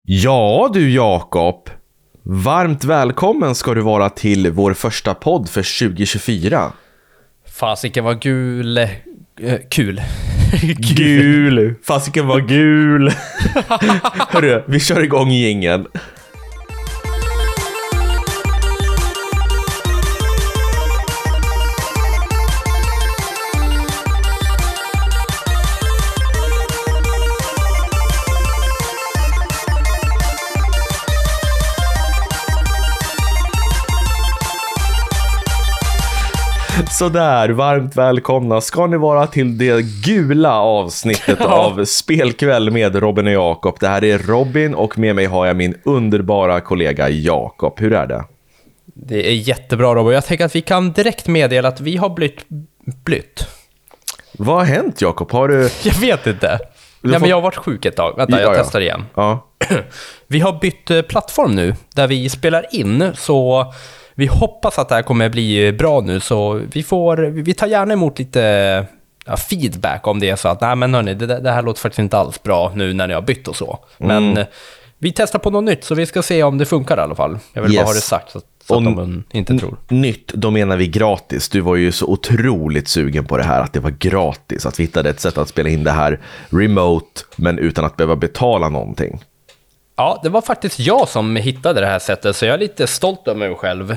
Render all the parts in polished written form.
Ja du Jakob, varmt välkommen ska du vara till vår första podd för 2024. Fasiken var kul. Gul, fasiken var gul. Hörru, vi kör igång gängen. Sådär, varmt välkomna ska ni vara till det gula avsnittet av Spelkväll med Robin och Jakob. Det här är Robin och med mig har jag min underbara kollega Jakob. Hur är det? Det är jättebra Robin. Jag tänker att vi kan direkt meddela att vi har blivit. Vad har hänt Jakob? Har du... Jag vet inte. Men jag har varit sjuk ett tag. Vänta, jag testar igen. Ja. Vi har bytt plattform nu där vi spelar in, så... Vi hoppas att det här kommer bli bra nu, så vi tar gärna emot lite feedback om det är så att nej men hörni, det här låter faktiskt inte alls bra nu när ni har bytt och så. Men vi testar på något nytt, så vi ska se om det funkar i alla fall. Jag vill bara ha det sagt så att de inte tror. Nytt, då menar vi gratis. Du var ju så otroligt sugen på det här, att det var gratis. Att vi hittade ett sätt att spela in det här remote men utan att behöva betala någonting. Ja, det var faktiskt jag som hittade det här sättet, så jag är lite stolt över mig själv.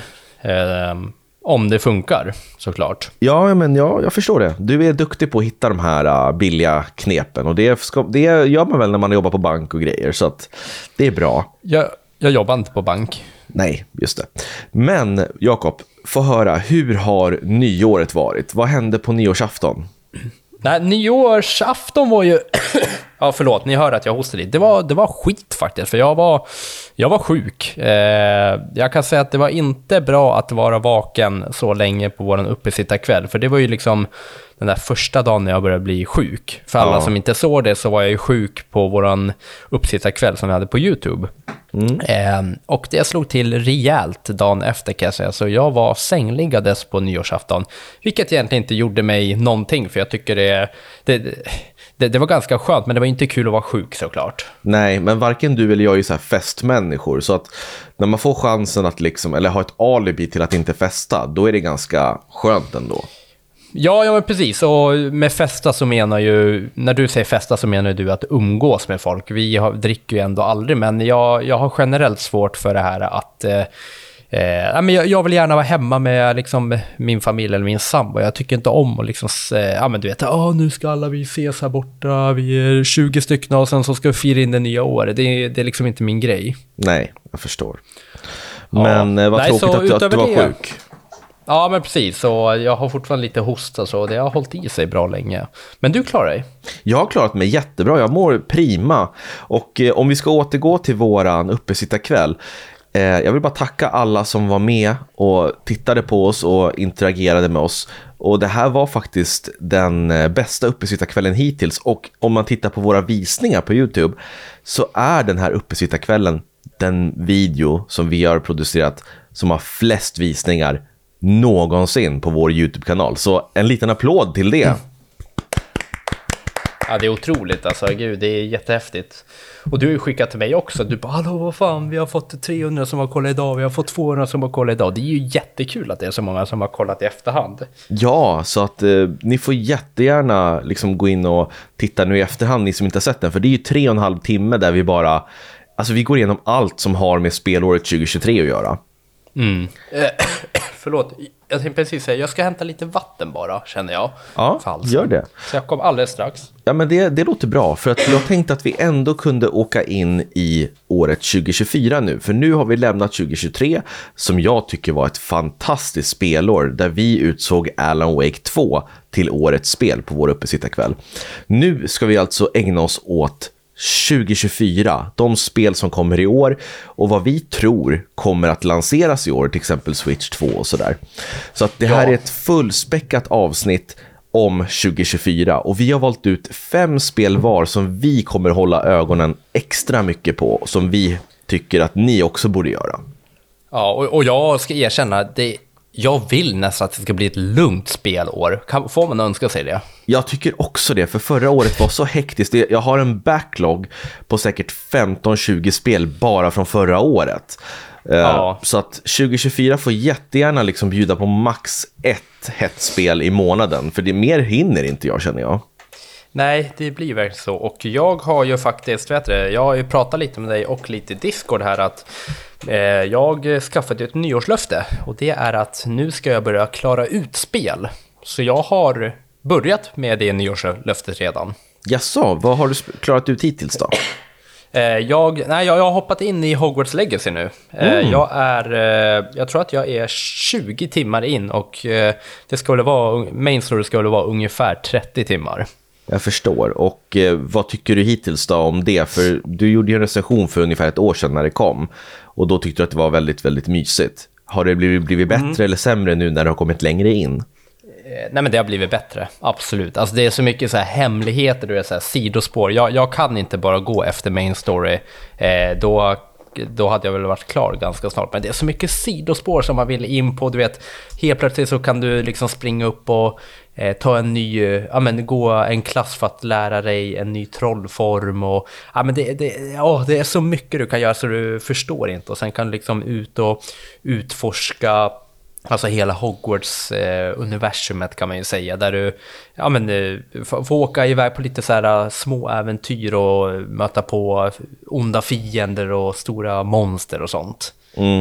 Om det funkar, såklart. Ja, men jag förstår det. Du är duktig på att hitta de här billiga knepen. Och det gör man väl när man jobbar på bank och grejer, så att det är bra. Jag jobbar inte på bank. Nej, just det. Men Jakob, få höra, hur har nyåret varit? Vad hände på nyårsafton? Nej, nyårsafton var ju... Ja, förlåt, ni hör att jag hostade lite. Det var skit faktiskt, för jag var sjuk. Jag kan säga att det var inte bra att vara vaken så länge på våran uppesittarkväll, för det var ju liksom den där första dagen när jag började bli sjuk. För alla som inte såg det, så var jag ju sjuk på våran uppesittarkväll som vi hade på YouTube. Och det slog till rejält dagen efter, kan jag säga. Så jag var sängliggandes på nyårsafton, vilket egentligen inte gjorde mig någonting, för jag tycker det var ganska skönt, men det var inte kul att vara sjuk såklart. Nej, men varken du eller jag är ju så här festmänniskor, så att när man får chansen att liksom, eller ha ett alibi till att inte festa, då är det ganska skönt ändå. Ja, men precis. Och med festa så menar ju... När du säger festa så menar du att umgås med folk. Dricker ju ändå aldrig, men jag har generellt svårt för det här att... men jag vill gärna vara hemma med liksom, min familj eller min sambo. Jag tycker inte om att liksom... men du vet, nu ska alla vi ses här borta. Vi är 20 stycken och sen så ska vi fira in det nya året. Det är liksom inte min grej. Nej, jag förstår. Men vad tråkigt att du var sjuk. Ja, men precis. Och jag har fortfarande lite hosta, så det har hållit i sig bra länge. Men du klarar dig? Jag har klarat mig jättebra. Jag mår prima. Och om vi ska återgå till våran uppesittarkväll. Jag vill bara tacka alla som var med och tittade på oss och interagerade med oss. Och det här var faktiskt den bästa uppesittarkvällen hittills. Och om man tittar på våra visningar på YouTube, så är den här uppesittarkvällen den video som vi har producerat som har flest visningar någonsin på vår YouTube-kanal. Så en liten applåd till det. Ja, det är otroligt alltså. Gud, det är jättehäftigt. Och du har ju skickat till mig också. Du bara, hallå, vad fan, vi har fått 300 som har kollat idag. Vi har fått 200 som har kollat idag. Det är ju jättekul att det är så många som har kollat i efterhand. Ja, så att ni får jättegärna liksom gå in och titta nu i efterhand, ni som inte har sett den. För det är ju 3,5 timme där vi bara... Alltså vi går igenom allt som har med spelåret 2023 att göra. Förlåt, jag tänkte precis säga, jag ska hämta lite vatten bara, känner jag. Ja, gör det. Så jag kommer alldeles strax. Ja, men det låter bra, för att jag tänkte att vi ändå kunde åka in i året 2024 nu. För nu har vi lämnat 2023, som jag tycker var ett fantastiskt spelår, där vi utsåg Alan Wake 2 till årets spel på vår uppesittarkväll. Nu ska vi alltså ägna oss åt 2024, de spel som kommer i år och vad vi tror kommer att lanseras i år, till exempel Switch 2 och sådär. Så att det här är ett fullspäckat avsnitt om 2024 och vi har valt ut 5 spel var som vi kommer hålla ögonen extra mycket på, som vi tycker att ni också borde göra. Ja, och jag ska erkänna, Jag vill nästan att det ska bli ett lugnt spelår. Får man önska sig det? Jag tycker också det, för förra året var så hektiskt. Jag har en backlog på säkert 15-20 spel bara från förra året. Ja. Så att 2024 får jättegärna liksom bjuda på max ett hett spel i månaden. För det mer hinner inte jag, känner jag. Nej, det blir verkligen så. Och jag har ju faktiskt, jag har ju pratat lite med dig och lite i Discord här att jag skaffade ett nyårslöfte. Och det är att nu ska jag börja klara ut spel. Så jag har börjat med det nyårslöftet redan. Jaså, vad har du klarat ut hittills då? Jag har hoppat in i Hogwarts Legacy nu. Jag tror att jag är 20 timmar in och det ska väl vara, main story ska väl vara ungefär 30 timmar. Jag förstår. Och vad tycker du hittills då om det? För du gjorde ju en recension för ungefär ett år sedan när det kom. Och då tyckte du att det var väldigt, väldigt mysigt. Har det blivit bättre eller sämre nu när det har kommit längre in? Nej, men det har blivit bättre, absolut. Alltså det är så mycket så här hemligheter, det är så här sidospår. Jag kan inte bara gå efter main story. Då hade jag väl varit klar ganska snart. Men det är så mycket sidospår som man vill in på. Du vet, helt plötsligt så kan du liksom springa upp och ta en ny, gå en klass för att lära dig en ny trollform. Och, det är så mycket du kan göra så du förstår inte. Och sen kan du liksom ut och utforska alltså hela Hogwarts-universumet kan man ju säga, där du får åka iväg på lite så här små äventyr och möta på onda fiender och stora monster och sånt.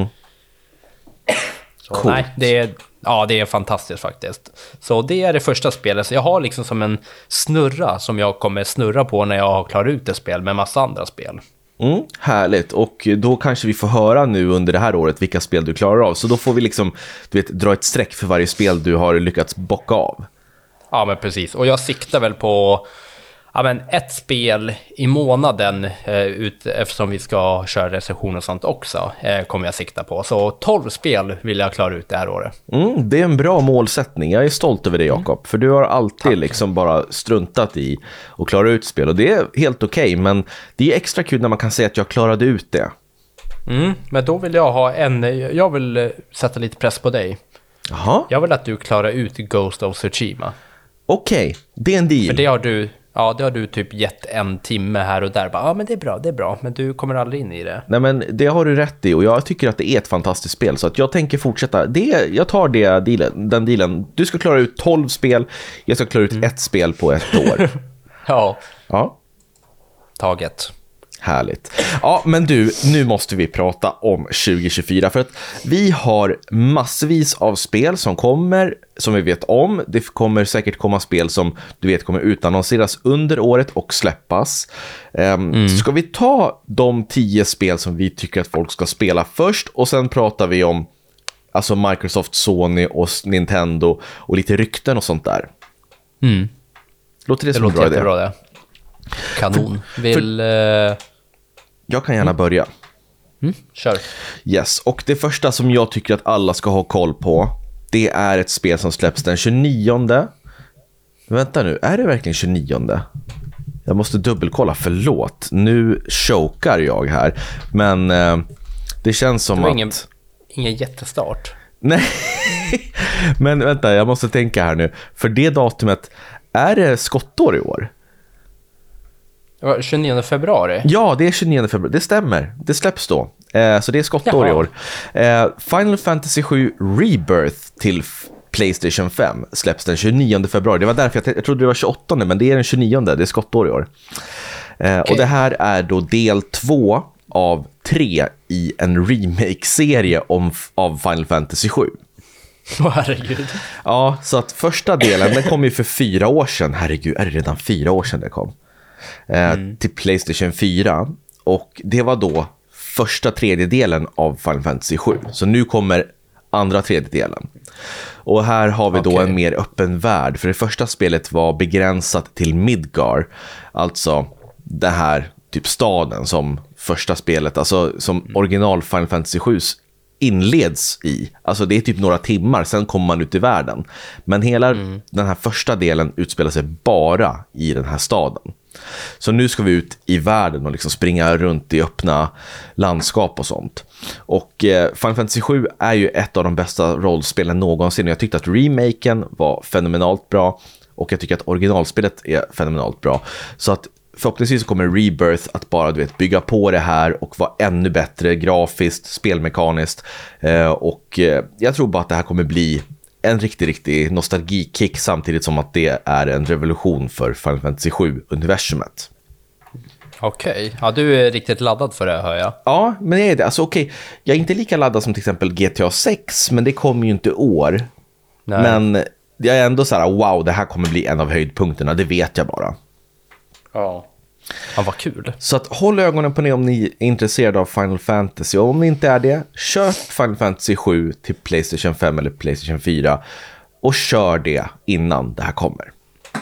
Så, nej, det är fantastiskt faktiskt. Så det är det första spelet. Så jag har liksom som en snurra som jag kommer snurra på när jag har klarat ut ett spel med massa andra spel. Härligt, och då kanske vi får höra nu under det här året vilka spel du klarar av. Så då får vi liksom, dra ett streck för varje spel du har lyckats bocka av. Ja, men precis. Och jag siktar väl på ett spel i månaden eftersom vi ska köra recension och sånt också kommer jag sikta på. Så 12 spel vill jag klara ut det här året. Det är en bra målsättning. Jag är stolt över det, Jakob. För du har alltid liksom bara struntat i att klara ut spel. Och det är helt okej, men det är extra kul när man kan säga att jag klarade ut det. Men då vill jag vill sätta lite press på dig. Jaha. Jag vill att du klarar ut Ghost of Tsushima. Okej, det är en deal. För det har du typ gett en timme här och där. Men det är bra. Men du kommer aldrig in i det. Nej, men det har du rätt i. Och jag tycker att det är ett fantastiskt spel. Så att jag tänker fortsätta. Jag tar den dealen. Du ska klara ut 12 spel. Jag ska klara ut ett spel på ett år. Ja. Taget. Härligt. Ja, men du, nu måste vi prata om 2024 för att vi har massvis av spel som kommer, som vi vet om. Det kommer säkert komma spel som du vet kommer utannonseras under året och släppas. Ska vi ta de 10 spel som vi tycker att folk ska spela först och sen pratar vi om alltså Microsoft, Sony och Nintendo och lite rykten och sånt där. Låter det som en bra idé? Det. Kanon. Jag kan gärna börja. Kör. Yes, och det första som jag tycker att alla ska ha koll på, det är ett spel som släpps den 29. Vänta nu, är det verkligen 29? Jag måste dubbelkolla, förlåt. Nu chokar jag här. Men det känns som att... Ingen jättestart. Nej, men vänta, jag måste tänka här nu. För det datumet, är det skottår i år? 29 februari? Ja, det är 29 februari. Det stämmer. Det släpps då. Så det är skottår i år. Final Fantasy 7 Rebirth till PlayStation 5 släpps den 29 februari. Det var därför jag trodde det var 28, men det är den 29. Det är skottår i år. Okay. Och det här är då del 2 av 3 i en remake-serie av Final Fantasy 7. Herregud. Ja, så att första delen, den kom ju för 4 år sedan. Herregud, är det redan 4 år sedan det kom? Till PlayStation 4. Och det var då första tredjedelen av Final Fantasy 7. Så nu kommer andra tredjedelen. Och här har vi då en mer öppen värld. För det första spelet var begränsat till Midgar. Alltså det här typ staden som första spelet, alltså som original Final Fantasy 7 inleds i. Alltså det är typ några timmar, sen kommer man ut i världen. Men hela den här första delen utspelar sig bara i den här staden. Så nu ska vi ut i världen och liksom springa runt i öppna landskap och sånt. Och Final Fantasy 7 är ju ett av de bästa rollspelen någonsin. Jag tyckte att remaken var fenomenalt bra och jag tycker att originalspelet är fenomenalt bra. Så att förhoppningsvis kommer Rebirth att bara bygga på det här och vara ännu bättre grafiskt, spelmekaniskt. Och jag tror bara att det här kommer bli en riktig nostalgikick samtidigt som att det är en revolution för Final Fantasy 7-universumet. Okej. Ja, du är riktigt laddad för det, hör jag. Ja, men jag är det. Alltså okej, jag är inte lika laddad som till exempel GTA 6, men det kommer ju inte i år. Nej. Men jag är ändå så här, wow, det här kommer bli en av höjdpunkterna, det vet jag bara. Ja. Ja, vad kul. Så att håll ögonen på det om ni är intresserade av Final Fantasy. Och om ni inte är det, köp Final Fantasy 7 till PlayStation 5 eller PlayStation 4 och kör det innan det här kommer.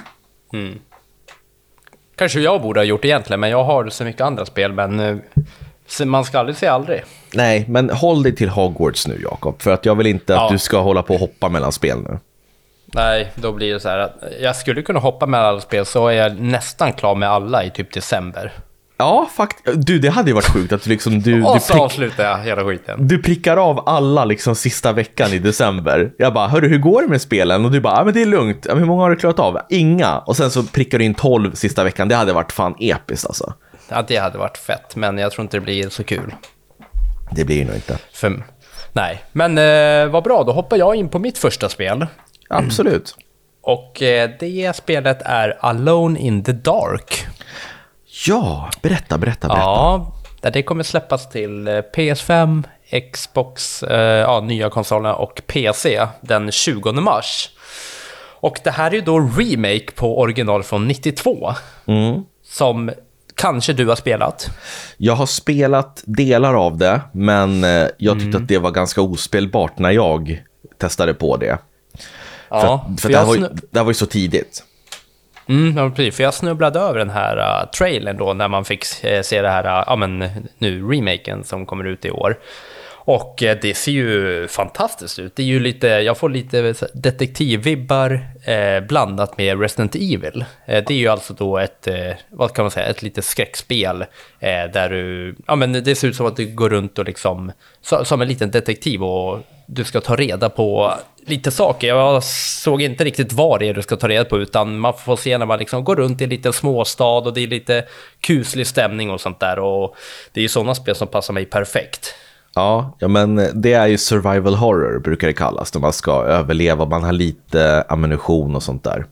Kanske jag borde ha gjort egentligen, men jag har så mycket andra spel, men man ska aldrig säga aldrig. Nej, men håll dig till Hogwarts nu, Jakob, för att jag vill inte att du ska hålla på och hoppa mellan spel nu. Nej, då blir det så här att jag skulle kunna hoppa med alla spel, så är jag nästan klar med alla i typ december. Ja, faktiskt. Du, det hade ju varit sjukt att liksom så avslutar jag hela skiten. Du prickar av alla liksom sista veckan i december. Jag bara, hörru, hur går det med spelen? Och du bara, men det är lugnt. Men hur många har du klarat av? Inga. Och sen så prickar du in 12 sista veckan. Det hade varit fan episkt alltså. Ja, det hade varit fett, men jag tror inte det blir så kul. Det blir nog inte. Nej, men vad bra. Då hoppar jag in på mitt första spel. Absolut. Och det spelet är Alone in the Dark. Ja, berätta. Ja, det kommer släppas till PS5, Xbox, nya konsolerna och PC den 20 mars. Och det här är ju då remake på original från 92. Som kanske du har spelat. Jag har spelat delar av det, men jag tyckte att det var ganska ospelbart när jag testade på det. Ja, för det här var ju så tidigt. Ja, precis. För jag snubblade över den här trailern då när man fick se det här, remaken som kommer ut i år. Och det ser ju fantastiskt ut. Det är ju lite, jag får lite detektivvibbar blandat med Resident Evil. Det är ju alltså då ett, vad kan man säga, ett litet skräckspel där du, det ser ut som att du går runt och liksom som en liten detektiv och du ska ta reda på lite saker. Jag såg inte riktigt vad det är du ska ta reda på, utan man får se när man liksom går runt i en liten småstad och det är lite kuslig stämning och sånt där, och det är ju sådana spel som passar mig perfekt. Ja, men det är ju survival horror brukar det kallas, när man ska överleva, man har lite ammunition och sånt där.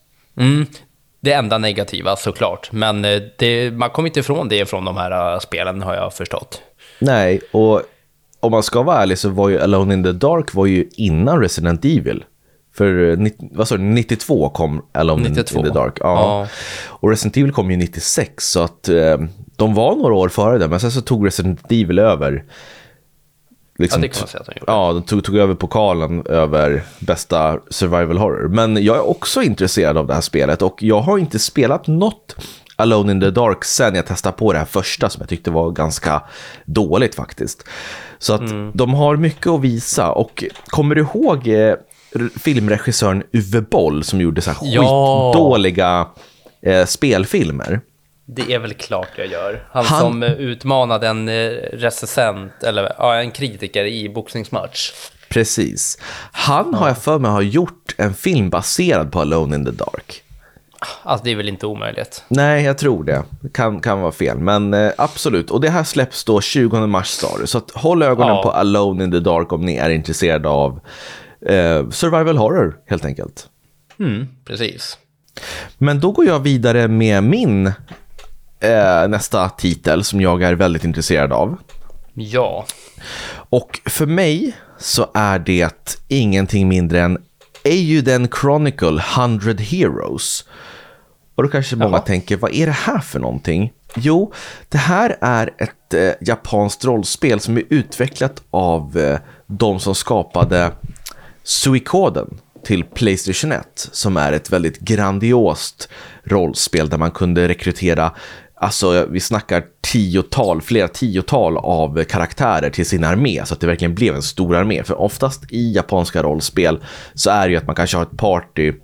Det enda negativa såklart, men man kommer inte ifrån det från de här spelen, har jag förstått. Nej, och om man ska vara ärlig så var ju Alone in the Dark var ju innan Resident Evil. För 92 kom Alone 92. In the Dark. Ja. Och Resident Evil kom ju 96, så att de var några år före det, men sen så tog Resident Evil över. Liksom, ja, det kan man säga att de gjorde. Ja, de tog över pokalen över bästa survival horror. Men jag är också intresserad av det här spelet, och jag har inte spelat något Alone in the Dark sen jag testade på det här första, som jag tyckte var ganska dåligt faktiskt. Så att de har mycket att visa. Och kommer du ihåg filmregissören Uwe Boll som gjorde så här skitdåliga spelfilmer? Det är väl klart jag gör. Han som utmanade en recensent eller en kritiker i boxningsmatch. Precis. Han har jag för mig har gjort en film baserad på Alone in the Dark. Alltså det är väl inte omöjligt. Nej, jag tror det. Kan vara fel, men absolut. Och det här släpps då 20 mars, så att håll ögonen på Alone in the Dark om ni är intresserade av survival horror, helt enkelt. Precis. Men då går jag vidare med min nästa titel som jag är väldigt intresserad av. Ja. Och för mig så är det ingenting mindre än Eiyuden Chronicle 100 Heroes. Och då kanske många tänker, vad är det här för någonting? Jo, det här är ett japanskt rollspel som är utvecklat av de som skapade Suikoden till PlayStation 1, som är ett väldigt grandiost rollspel där man kunde rekrytera, alltså vi snackar flera tiotal av karaktärer till sin armé, så att det verkligen blev en stor armé. För oftast i japanska rollspel så är det ju att man kanske har ett party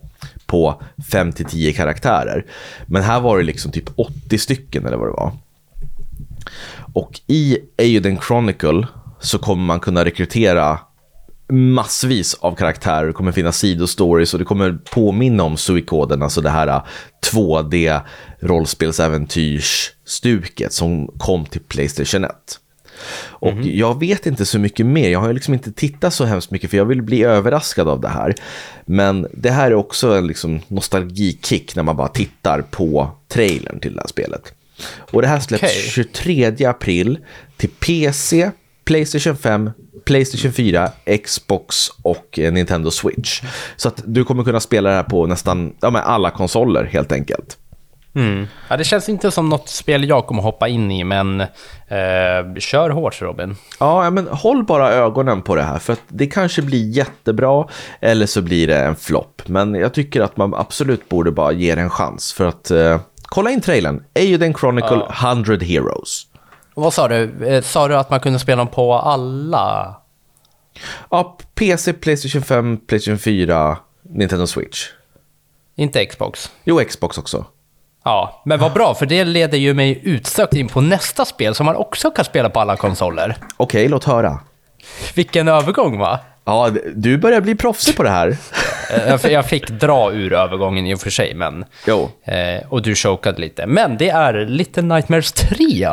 på 5-10 karaktärer. Men här var det liksom typ 80 stycken eller vad det var. Och i Eiyuden Chronicle så kommer man kunna rekrytera massvis av karaktärer. Det kommer finnas sidostories och det kommer påminna om Suikoden, alltså det här 2D rollspelsäventyrsstuket som kom till PlayStation 1. Och jag vet inte så mycket mer. Jag har liksom inte tittat så hemskt mycket för jag vill bli överraskad av det här. Men det här är också en liksom nostalgikick när man bara tittar på trailern till det här spelet. Och det här släpps 23 april till PC, PlayStation 5, PlayStation 4, Xbox och Nintendo Switch. Så att du kommer kunna spela det här på nästan alla konsoler helt enkelt. Ja, det känns inte som något spel jag kommer hoppa in i, men kör hårt, Robin. Ja, men håll bara ögonen på det här för att det kanske blir jättebra eller så blir det en flopp. Men jag tycker att man absolut borde bara ge det en chans för att kolla in trailern. Eiyuden Chronicle 100 Heroes. Vad sa du? Sa du att man kunde spela dem på alla? Ja, PC, PlayStation 5, PlayStation 4, Nintendo Switch. Inte Xbox? Jo, Xbox också. Ja, men vad bra, för det leder ju mig utsökt in på nästa spel som man också kan spela på alla konsoler. Okej, låt höra. Vilken övergång, va? Ja, du börjar bli proffsig på det här. Jag fick dra ur övergången i och för sig, men... Jo. Och du chokade lite. Men det är Little Nightmares 3.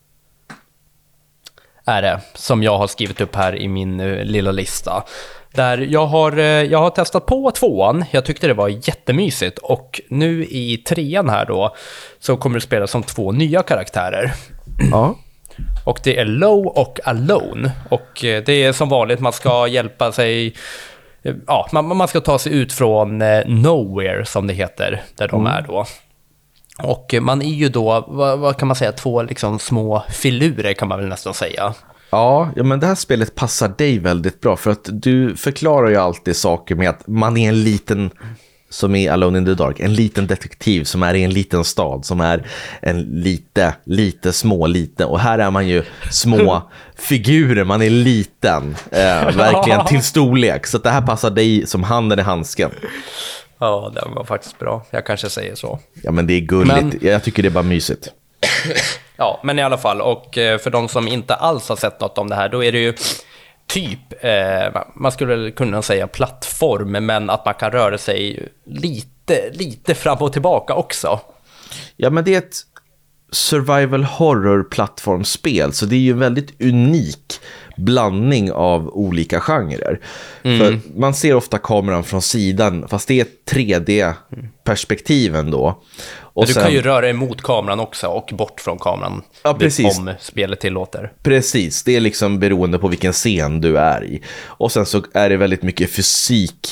Är det, som jag har skrivit upp här i min lilla lista. Där jag har testat på 2:an. Jag tyckte det var jättemysigt. Och nu i 3:an här då så kommer det spela som 2 nya karaktärer. Ja. Och det är Low och Alone. Och det är som vanligt, man ska hjälpa sig... Ja, man ska ta sig ut från Nowhere, som det heter, där de är då. Och man är ju då, vad kan man säga, 2 liksom små filurer kan man väl nästan säga. Ja, men det här spelet passar dig väldigt bra för att du förklarar ju alltid saker med att man är en liten, som i Alone in the Dark, en liten detektiv som är i en liten stad, som är en lite och här är man ju små figurer, man är liten, verkligen till storlek, så att det här passar dig som handen i handsken. Ja, den var faktiskt bra. Jag kanske säger så. Ja, men det är gulligt. Jag tycker det är bara mysigt. Ja, men i alla fall. Och för de som inte alls har sett något om det här, då är det ju typ, man skulle kunna säga plattform, men att man kan röra sig lite fram och tillbaka också. Ja, men det är ett survival horror plattformspel, så det är ju en väldigt unik blandning av olika genrer. För man ser ofta kameran från sidan, fast det är 3D-perspektiven då. Och du kan ju röra dig mot kameran också och bort från kameran, ja, precis. Om spelet tillåter. Precis, det är liksom beroende på vilken scen du är i. Och sen så är det väldigt mycket fysik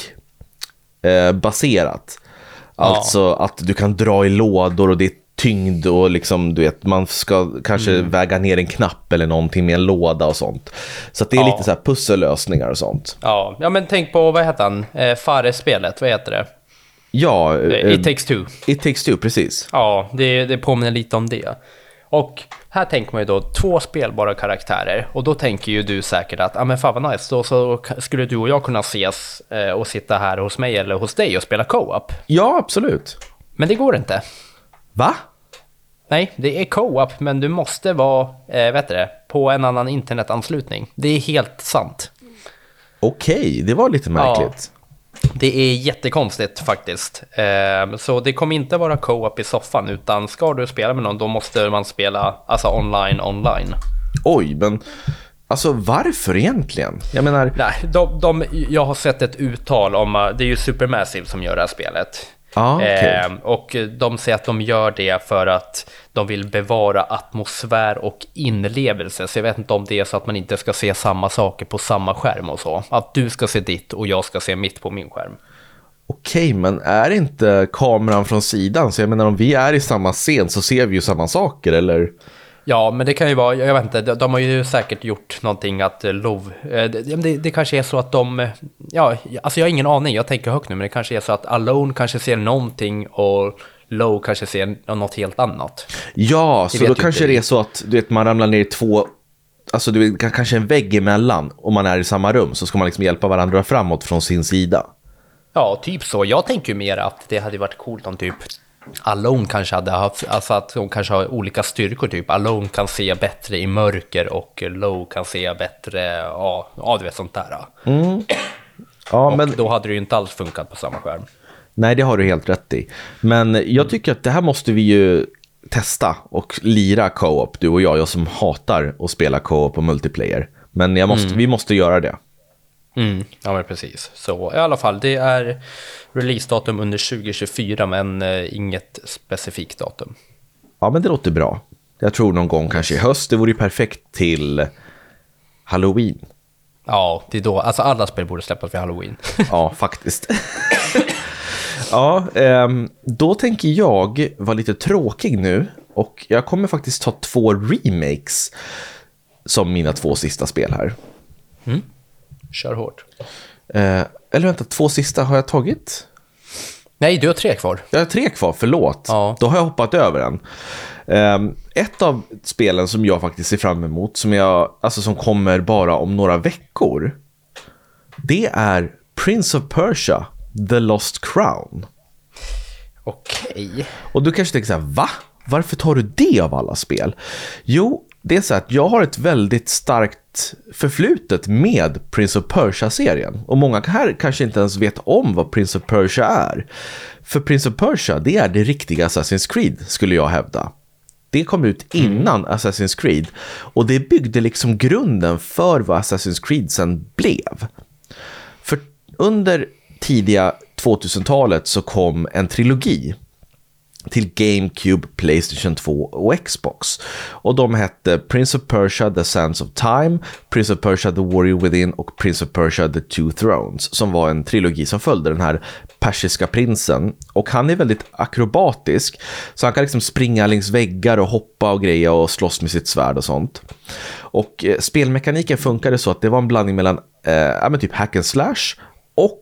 baserat. Alltså att du kan dra i lådor och det är tyngd och liksom, du vet, man ska kanske väga ner en knapp eller någonting med en låda och sånt. Så att det är lite så här pussellösningar och sånt. Ja, men tänk på, vad heter han? Fares-spelet, vad heter det? Ja, It Takes Two. It Takes Two, precis. Ja, det påminner lite om det. Och här tänker man ju då 2 spelbara karaktärer. Och då tänker ju du säkert att, men fan vad nice, då så skulle du och jag kunna ses och sitta här hos mig eller hos dig och spela co-op. Ja, absolut. Men det går inte. Va? Nej, det är co-op, men du måste vara, på en annan internetanslutning. Det är helt sant. Okej, det var lite märkligt. Ja, det är jättekonstigt faktiskt. Så det kommer inte vara co-op i soffan, utan ska du spela med någon, då måste man spela alltså online. Oj, men alltså varför egentligen? Jag menar... Nej, jag har sett ett uttal om, det är ju Supermassive som gör det här spelet. Okay. Och de säger att de gör det för att de vill bevara atmosfär och inlevelse. Så jag vet inte om det är så att man inte ska se samma saker på samma skärm och så. Att du ska se ditt och jag ska se mitt på min skärm. Okej, men är inte kameran från sidan? Så jag menar, om vi är i samma scen så ser vi ju samma saker, eller? Ja, men det kan ju vara, jag vet inte, de har ju säkert gjort någonting att det kanske är så att alltså jag har ingen aning, jag tänker högt nu, men det kanske är så att Alone kanske ser någonting och Low kanske ser något helt annat. Ja, så då kanske det är så att du vet, man ramlar ner i 2, alltså du vet, kanske en vägg emellan, om man är i samma rum så ska man liksom hjälpa varandra framåt från sin sida. Ja, typ så. Jag tänker ju mer att det hade varit coolt om typ Alone kanske hade haft, alltså att de kanske har olika styrkor, typ Alone kan se bättre i mörker och Low kan se bättre, ja du vet sånt där. Ja, och men då hade det ju inte alls funkat på samma skärm. nej, det har du helt rätt i. Men jag tycker att det här måste vi ju testa och lira co-op, du och jag som hatar att spela co-op och multiplayer. Men vi måste göra det. Ja, men precis. Så i alla fall, det är releasedatum under 2024, men inget specifikt datum. Ja, men det låter bra. Jag tror någon gång kanske i höst. Det vore ju perfekt till Halloween. Ja, det är då. Alltså alla spel borde släppas vid Halloween. Ja, faktiskt. Ja, då tänker jag vara lite tråkig nu. Och jag kommer faktiskt ta 2 remakes som mina 2 sista spel här. Kör hårt. Eller vänta, 2 sista har jag tagit? Nej, du har 3 kvar. Jag har 3 kvar, förlåt. Ja. Då har jag hoppat över en. Ett av spelen som jag faktiskt ser fram emot, som kommer bara om några veckor, det är Prince of Persia, The Lost Crown. Okej. Och du kanske tänker så här, va? Varför tar du det av alla spel? Jo, det är så att jag har ett väldigt starkt förflutet med Prince of Persia-serien. Och många här kanske inte ens vet om vad Prince of Persia är. För Prince of Persia, det är det riktiga Assassin's Creed, skulle jag hävda. Det kom ut innan Assassin's Creed. Och det byggde liksom grunden för vad Assassin's Creed sen blev. För under tidiga 2000-talet så kom en trilogi till GameCube, PlayStation 2 och Xbox. Och de hette Prince of Persia, The Sands of Time, Prince of Persia, The Warrior Within och Prince of Persia, The Two Thrones, som var en trilogi som följde den här persiska prinsen. Och han är väldigt akrobatisk, så han kan liksom springa längs väggar och hoppa och greja och slåss med sitt svärd och sånt. Och spelmekaniken funkade så att det var en blandning mellan typ hack and slash och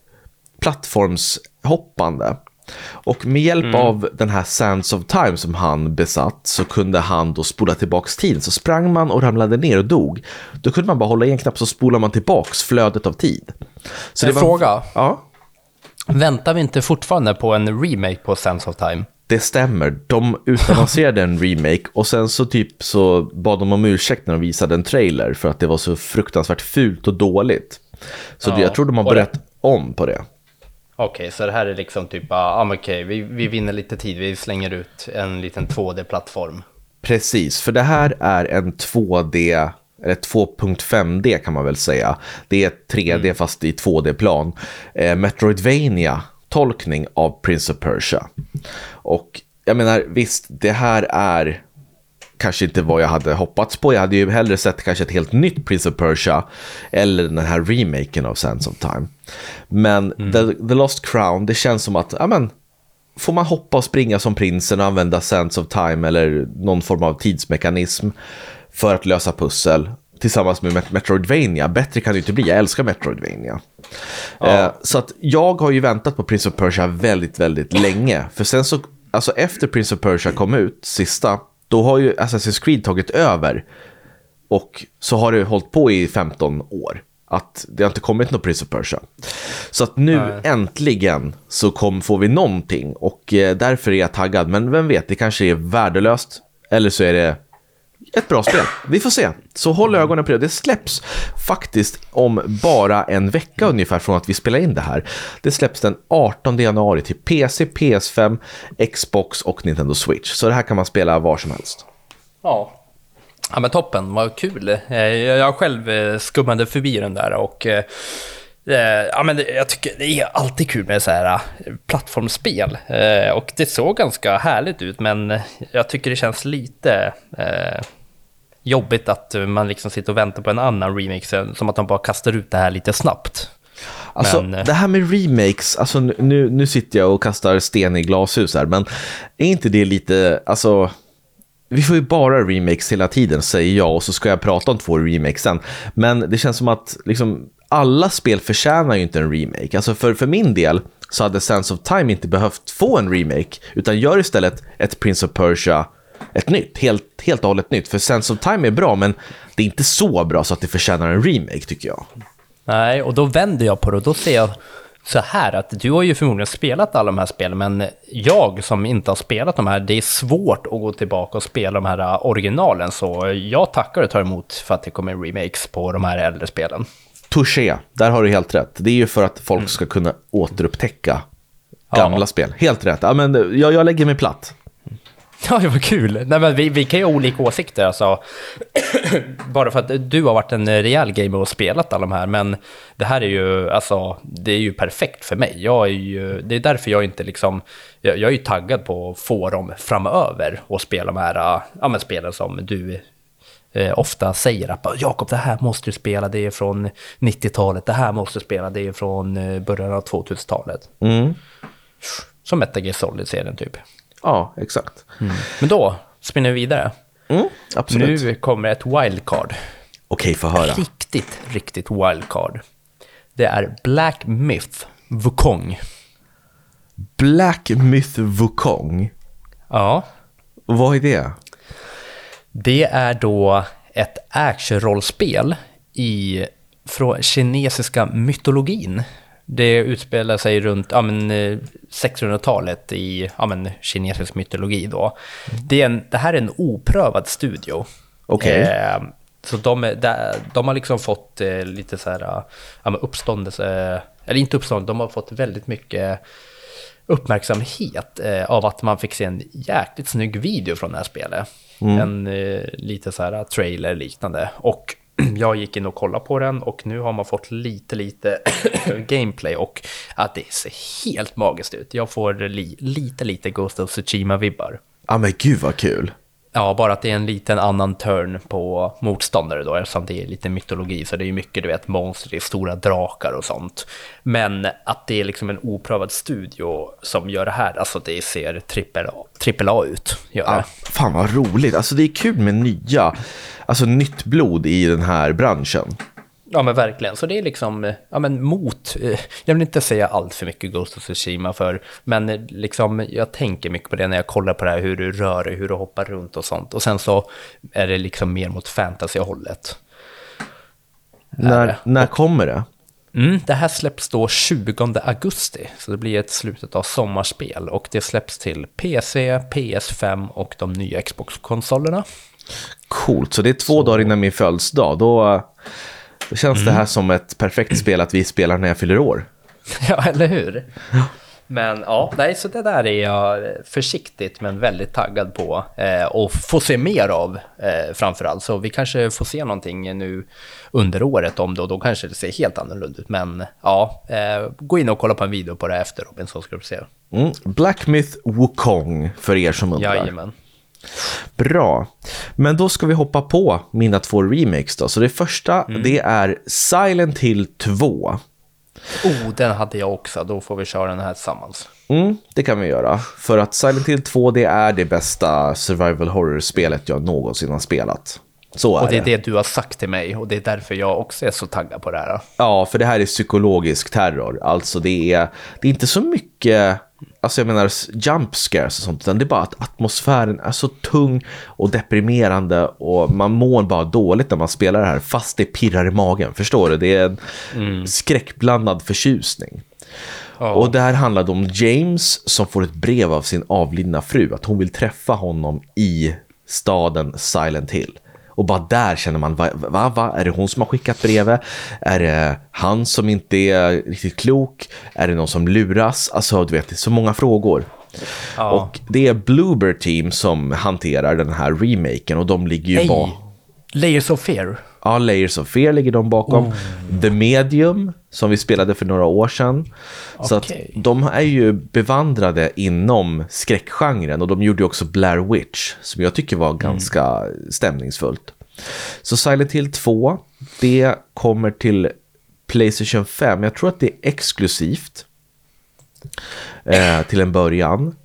plattformshoppande. Och med hjälp av den här Sands of Time som han besatt, så kunde han då spola tillbaks tiden. Så sprang man och ramlade ner och dog, då kunde man bara hålla i en knapp, så spolar man tillbaks flödet av tid. Så det var fråga. Ja. Väntar vi inte fortfarande på en remake på Sands of Time? Det stämmer. De utannonserade en remake och sen så bad de om ursäkt när de visade en trailer för att det var så fruktansvärt fult och dåligt. Så jag tror de har börjat om på det. Okej, så det här är liksom typ, vi vinner lite tid, vi slänger ut en liten 2D-plattform. Precis, för det här är en 2D, eller 2.5D kan man väl säga. Det är 3D fast i 2D-plan. Metroidvania-tolkning av Prince of Persia. Och jag menar, visst, det här är kanske inte vad jag hade hoppats på. Jag hade ju hellre sett kanske ett helt nytt Prince of Persia eller den här remaken av Sands of Time. Men The Lost Crown, det känns som att får man hoppa och springa som prinsen och använda Sands of Time eller någon form av tidsmekanism för att lösa pussel tillsammans med Metroidvania. Bättre kan det inte bli. Jag älskar Metroidvania. Så att jag har ju väntat på Prince of Persia väldigt, väldigt länge. För sen så, alltså efter Prince of Persia kom ut, sista, då har ju Assassin's Creed tagit över. Och så har det hållit på i 15 år. Att det har inte kommit något Prince of Persia. Så att nu äntligen så får vi någonting. Och därför är jag taggad. Men vem vet, det kanske är värdelöst. Eller så är det ett bra spel. Vi får se. Så håll ögonen på det. Det släpps faktiskt om bara en vecka ungefär från att vi spelar in det här. Det släpps den 18 januari till PC, PS5, Xbox och Nintendo Switch. Så det här kan man spela var som helst. Ja. Ja, men toppen, vad kul. Jag själv skummade förbi den där och jag tycker det är alltid kul med så här plattformsspel. Och det såg ganska härligt ut, men jag tycker det känns lite jobbigt att man liksom sitter och väntar på en annan remake, som att de bara kastar ut det här lite snabbt. Alltså, det här med remakes, alltså nu sitter jag och kastar sten i glashus här, men är inte det lite, alltså, vi får ju bara remakes hela tiden, säger jag, och så ska jag prata om 2 remakes sen. Men det känns som att liksom alla spel förtjänar ju inte en remake. Alltså för min del så hade Sands of Time inte behövt få en remake, utan gör istället ett Prince of Persia, ett nytt, helt och hållet nytt. För Sands of Time är bra, men det är inte så bra så att det förtjänar en remake, tycker jag. Nej, och då vänder jag på det och då ser jag så här att du har ju förmodligen spelat alla de här spelen, men jag som inte har spelat de här, det är svårt att gå tillbaka och spela de här originalen, så jag tackar och tar emot för att det kommer remakes på de här äldre spelen. Touché, där har du helt rätt. Det är ju för att folk ska kunna återupptäcka gamla spel. Helt rätt. Ja, men jag lägger mig platt. Ja, det var kul. Nej, men vi kan ju ha olika åsikter, alltså. Bara för att du har varit en rejäl gamer och spelat alla de här, men det här är ju, alltså, det är ju perfekt för mig. Det är därför jag inte liksom, jag är ju taggad på att få dem framöver och spela de här, spelen som du ofta säger att Jakob, det här måste du spela, det är från 90-talet, det här måste du spela, det är från början av 2000-talet. Som Metal Gear Solid-serien typ. Ja, exakt. Men då spinner vi vidare. Absolut. Nu kommer ett wildcard. Okej, få höra. Riktigt wildcard. Det är Black Myth Wukong. Black Myth Wukong? Ja. Vad är det? Det är då ett actionrollspel från kinesiska mytologin. Det utspelar sig runt 1600-talet i kinesisk mytologi då. Det här är en oprövad studio. Okej. Så de har liksom fått lite så här uppståndelse, eller inte uppståndelse, de har fått väldigt mycket uppmärksamhet av att man fick se en jäkligt snygg video från det här spelet. En lite så här trailer liknande. Och jag gick in och kollade på den och nu har man fått lite gameplay och att det ser helt magiskt ut. Jag får lite Ghost of Tsushima-vibbar. Ja, men gud vad kul. Ja, bara att det är en liten annan turn på motståndare då, eftersom det är lite mytologi, så det är mycket, du vet, monster, det är stora drakar och sånt. Men att det är liksom en oprövad studio som gör det här, alltså det ser trippel A ut. Fan vad roligt, alltså det är kul med nytt blod i den här branschen. Ja, men verkligen. Så det är liksom, jag vill inte säga allt för mycket Ghost of Tsushima men liksom, jag tänker mycket på det när jag kollar på det här, hur du rör dig, hur du hoppar runt och sånt. Och sen så är det liksom mer mot fantasy-hållet. När kommer det? Det här släpps då 20 augusti, så det blir ett slutet av sommarspel. Och det släpps till PC, PS5 och de nya Xbox-konsolerna. Coolt, så det är 2 dagar innan min födelsedag. Då känns det här som ett perfekt spel att vi spelar när jag fyller år. Ja, eller hur? Men ja, så det där är jag försiktigt men väldigt taggad på och få se mer av framförallt. Så vi kanske får se någonting nu under året om det, och då kanske det ser helt annorlunda ut. Men ja, gå in och kolla på en video på det efter, Robin, så ska du se. Black Myth Wukong för er som undrar. Jajamän. Bra, men då ska vi hoppa på mina 2 remakes då. Så det första, det är Silent Hill 2. Den hade jag också, då får vi köra den här tillsammans. Det kan vi göra, för att Silent Hill 2, det är det bästa survival horror-spelet jag någonsin har spelat. Så är och det är det du har sagt till mig, och det är därför jag också är så taggad på det här. Ja, för det här är psykologisk terror. Alltså det är inte så mycket, alltså jag menar jump scares och sånt, utan det är bara att atmosfären är så tung och deprimerande och man mår bara dåligt när man spelar det här, fast det pirrar i magen, förstår du? Det är en skräckblandad förtjusning. Och det här handlade om James som får ett brev av sin avlidna fru att hon vill träffa honom i staden Silent Hill. Och bara där känner man, är det hon som har skickat brevet? Är det han som inte är riktigt klok? Är det någon som luras? Alltså, du vet, det är så många frågor. Ja. Och det är Bloober Team som hanterar den här remaken, och de ligger ju Layers of Fear. Ja, Layers of Fear ligger de bakom. The Medium, som vi spelade för några år sedan. Så att de är ju bevandrade inom skräckgenren, och de gjorde ju också Blair Witch, som jag tycker var ganska stämningsfullt. Så Silent Hill 2, det kommer till PlayStation 5. Jag tror att det är exklusivt till en början.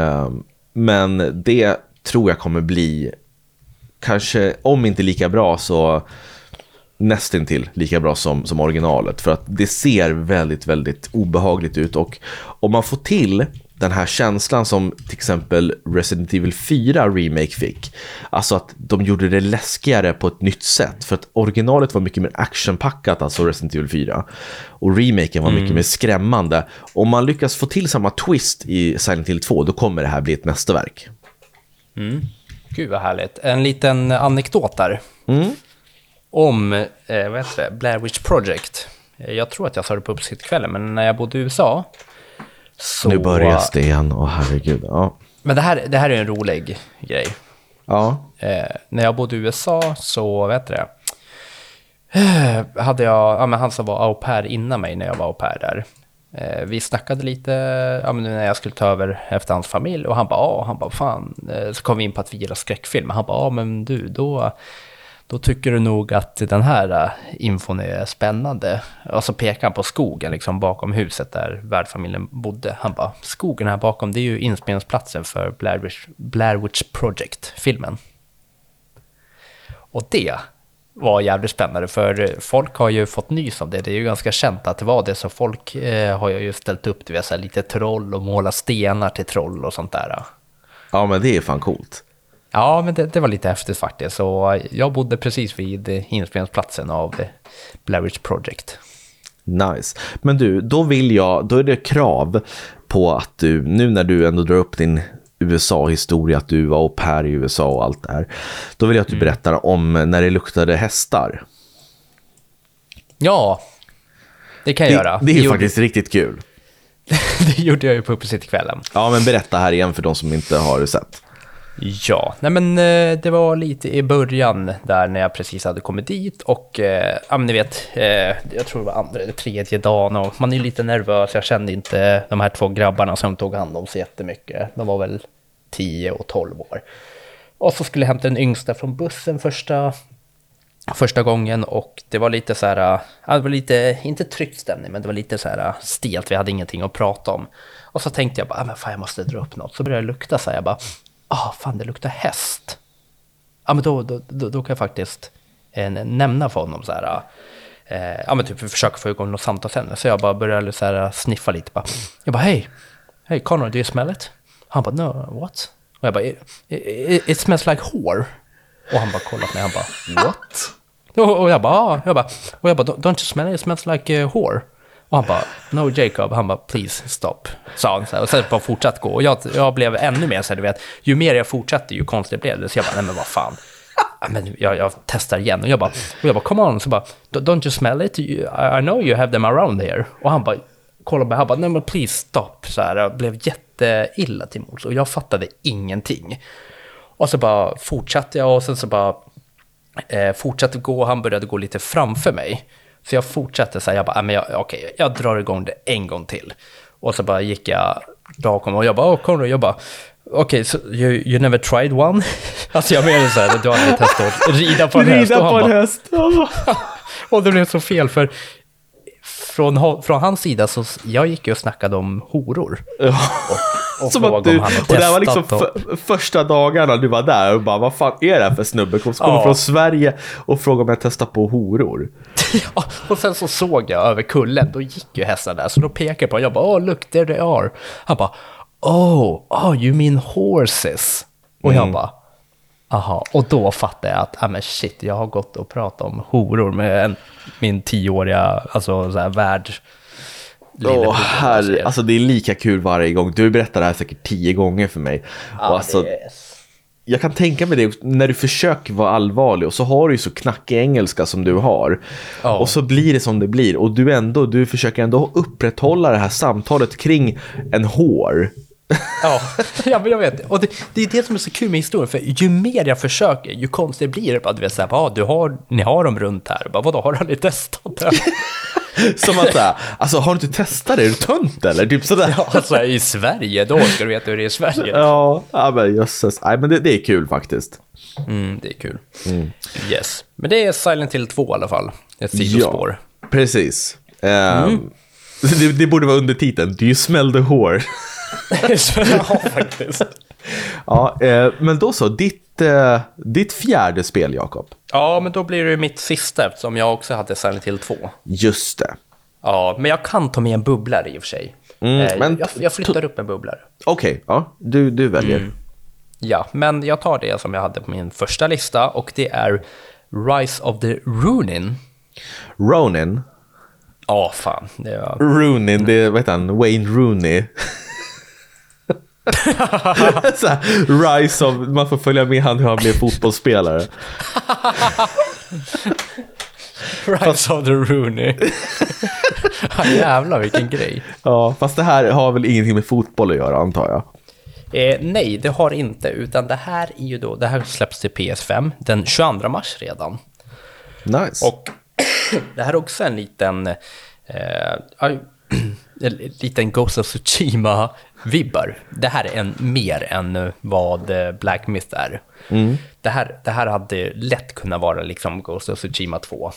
Men det tror jag kommer bli kanske, om inte lika bra, så nästintill lika bra som originalet, för att det ser väldigt, väldigt obehagligt ut. Och om man får till den här känslan som till exempel Resident Evil 4 Remake fick. Alltså att de gjorde det läskigare på ett nytt sätt. För att originalet var mycket mer actionpackat, alltså Resident Evil 4. Och remaken var mycket mer skrämmande. Om man lyckas få till samma twist i Silent Hill 2, då kommer det här bli ett mästerverk. Gud vad härligt. En liten anekdot där. Om, vad heter det? Blair Witch Project. Jag tror att jag sa det på uppsittkvällen, men när jag bodde i USA så... Nu börjar det igen, herregud. Ja. Men det här är en rolig grej. Ja. När jag bodde i USA så, vet du det, hade jag, men han som var au pair innan mig när jag var au pair där. Vi snackade lite, men när jag skulle ta över efter hans familj, och han bara, fan, så kom vi in på att vi gillar skräckfilm. Han bara, men du, då tycker du nog att den här infon är spännande. Och så pekar han på skogen liksom bakom huset där värdfamiljen bodde. Han bara, skogen här bakom, det är ju inspelningsplatsen för Blair Witch Project-filmen. Och det var jävligt spännande, för folk har ju fått nys om det. Det är ju ganska känt att det var det, så folk har ju ställt upp, du vet, så här, lite troll och måla stenar till troll och sånt där. Ja, men det är fan coolt. Ja, men det var lite häftigt faktiskt. Så jag bodde precis vid inspelningsplatsen av Blair Witch Project. Nice. Men du, då är det krav på att du, nu när du ändå drar upp din USA-historia, att du var au pair i USA och allt det här, då vill jag att du berättar om när det luktade hästar. Ja, det kan jag göra. Det är ju faktiskt riktigt kul. Det gjorde jag ju på kvällen. Ja, men berätta här igen för de som inte har sett. Ja, nej men det var lite i början där när jag precis hade kommit dit, och ja, men ni vet, jag tror det var andra eller tredje dagen, och man är lite nervös. Jag kände inte de här två grabbarna som tog hand om så jättemycket. De var väl 10 och 12 år. Och så skulle jag hämta den yngsta från bussen första gången, och det var lite så här, det var lite, inte tryckt stämning, men det var lite så här stelt, vi hade ingenting att prata om. Och så tänkte jag bara, men fan, jag måste dra upp något. Så började det lukta så här, jag bara, fan, det luktar häst. Ja, men då kan jag faktiskt nämna för honom så här, ja, men typ försöka få igång något samtalsämne. Så jag bara började så här sniffa lite, bara. Jag bara, hey Connor, do you smell it? Han bara, no, what? Och jag bara, it smells like whore. Och han bara kollar på mig, han bara, what? Och jag bara, don't you smell it? It smells like whore. Och han bara, no Jacob, han bara, please stop, sa han så här. Och sen bara fortsatt gå. Och jag blev ännu mer så här, du vet, ju mer jag fortsatte, ju konstigt blev det. Så jag bara, nej men vad fan. Men jag testar igen. Och jag bara, come on. Så bara, don't you smell it? I know you have them around here. Och han bara, kolla på mig, han bara, nej men please stop. Så här, jag blev jätteilla till mods. Och jag fattade ingenting. Och så bara fortsatte jag, och sen så bara fortsatte gå. Han började gå lite framför mig. Så jag fortsatte så här, jag bara, men okej, jag drar igång det en gång till. Och så bara gick jag bakom, och jag bara, Conrad, jag bara, okej, so you never tried one? Alltså jag menar så här, du har aldrig testat att rida på en häst. Och det blev så fel, för från hans sida så jag gick ju och snackade om horor. Och som att du, och det var liksom första dagarna du var där och bara, vad fan är det här för snubbe? Kommer från Sverige och frågade om jag testar på horor. Ja, och sen så såg jag över kullen, då gick ju hästar där, så då pekade jag på, jag bara, look there they are. Han bara, you mean horses? Och jag bara, aha, och då fattade jag att, men shit, jag har gått och pratat om horor med min 10-åriga, alltså så här värld. Alltså det är lika kul varje gång. Du berättar det här säkert 10 gånger för mig. Ja, och alltså, jag kan tänka mig det när du försöker vara allvarlig, och så har du ju så knackig engelska som du har. Och så blir det som det blir. Och du försöker ändå upprätthålla det här samtalet kring en hår. Ja, men jag vet. Och det är det som är så kul med historien, för ju mer jag försöker, ju konstigare blir det. Bara, du vet så här, ni har dem runt här. Bara, vadå, har du aldrig testat det? Som att säga, alltså har du inte testat det? Är du tönt eller? Typ sådär. Ja, alltså i Sverige, då ska du veta hur det är i Sverige. Ja, men jösses. Nej, men det är kul faktiskt. Det är kul. Yes. Men det är Silent Hill 2 i alla fall. Ett sidospår. Ja, precis. Det borde vara under titeln. Do you smell the whore? Ja, faktiskt. Ja, men då så, ditt fjärde spel, Jakob. Ja, men då blir det mitt sista, eftersom jag också hade Silent Hill 2. Just det. Ja, men jag kan ta med en bubblare i och för sig. Jag flyttar upp en bubblare. Okej, ja, du väljer. Ja, men jag tar det som jag hade på min första lista, och det är Rise of the Ronin. Ronin? Ja, fan. Det var... Ronin, det är, vad heter han? Wayne Rooney. Så här, Rise of, man får följa med han hur han blir fotbollsspelare. Rise of the Rooney. Jävlar vilken grej. Ja, fast det här har väl ingenting med fotboll att göra, antar jag. Nej, det har inte, utan det här är ju då, det här släpps till PS5 den 22 mars redan. Nice. Och det här är också en liten Ghost of Tsushima-vibbar. Det här är mer än vad Black Myth är. Det här hade lätt kunnat vara liksom Ghost of Tsushima 2.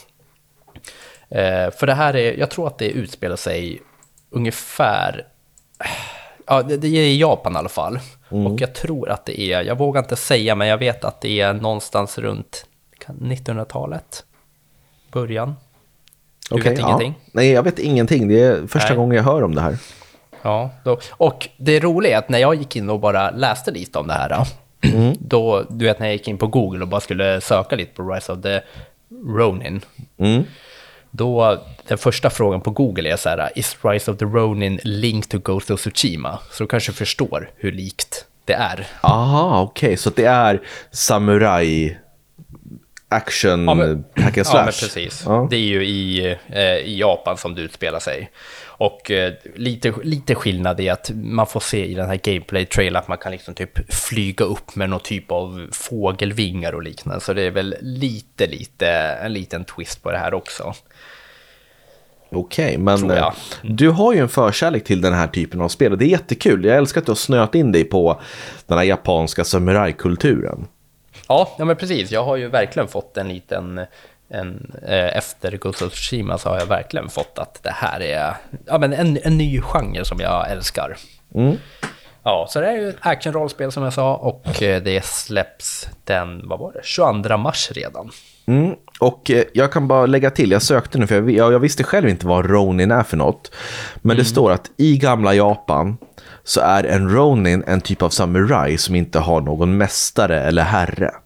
För det här är, jag tror att det utspelar sig ungefär, ja, det är i Japan i alla fall. Och jag tror att det är, jag vågar inte säga, men jag vet att det är någonstans runt 1900-talet. Början. Du vet ingenting? Nej, jag vet ingenting. Det är första gången jag hör om det här. Ja, och det roliga är att när jag gick in och bara läste lite om det här, då, du vet när jag gick in på Google och bara skulle söka lite på Rise of the Ronin, då den första frågan på Google är så här: is Rise of the Ronin linked to Ghost of Tsushima? Så du kanske förstår hur likt det är. Aha, okej. Så det är samurai action hack and slash. Ja, men precis. Ja. Det är ju i Japan som det utspelar sig. Och lite skillnad är att man får se i den här gameplay-trailern att man kan liksom typ flyga upp med någon typ av fågelvingar och liknande. Så det är väl en liten twist på det här också. Okej, men du har ju en förkärlek till den här typen av spel och det är jättekul. Jag älskar att du har snöat in dig på den här japanska samurajkulturen. Ja, men precis. Jag har ju verkligen fått en liten... efter Ghost of Tsushima så har jag verkligen fått att det här är en ny genre som jag älskar. Ja, så det är ju ett actionrollspel som jag sa, och det släpps den, 22 mars redan. Och jag kan bara lägga till, jag sökte nu för jag visste själv inte vad Ronin är för något. Men det står att i gamla Japan så är en Ronin en typ av samurai som inte har någon mästare eller herre.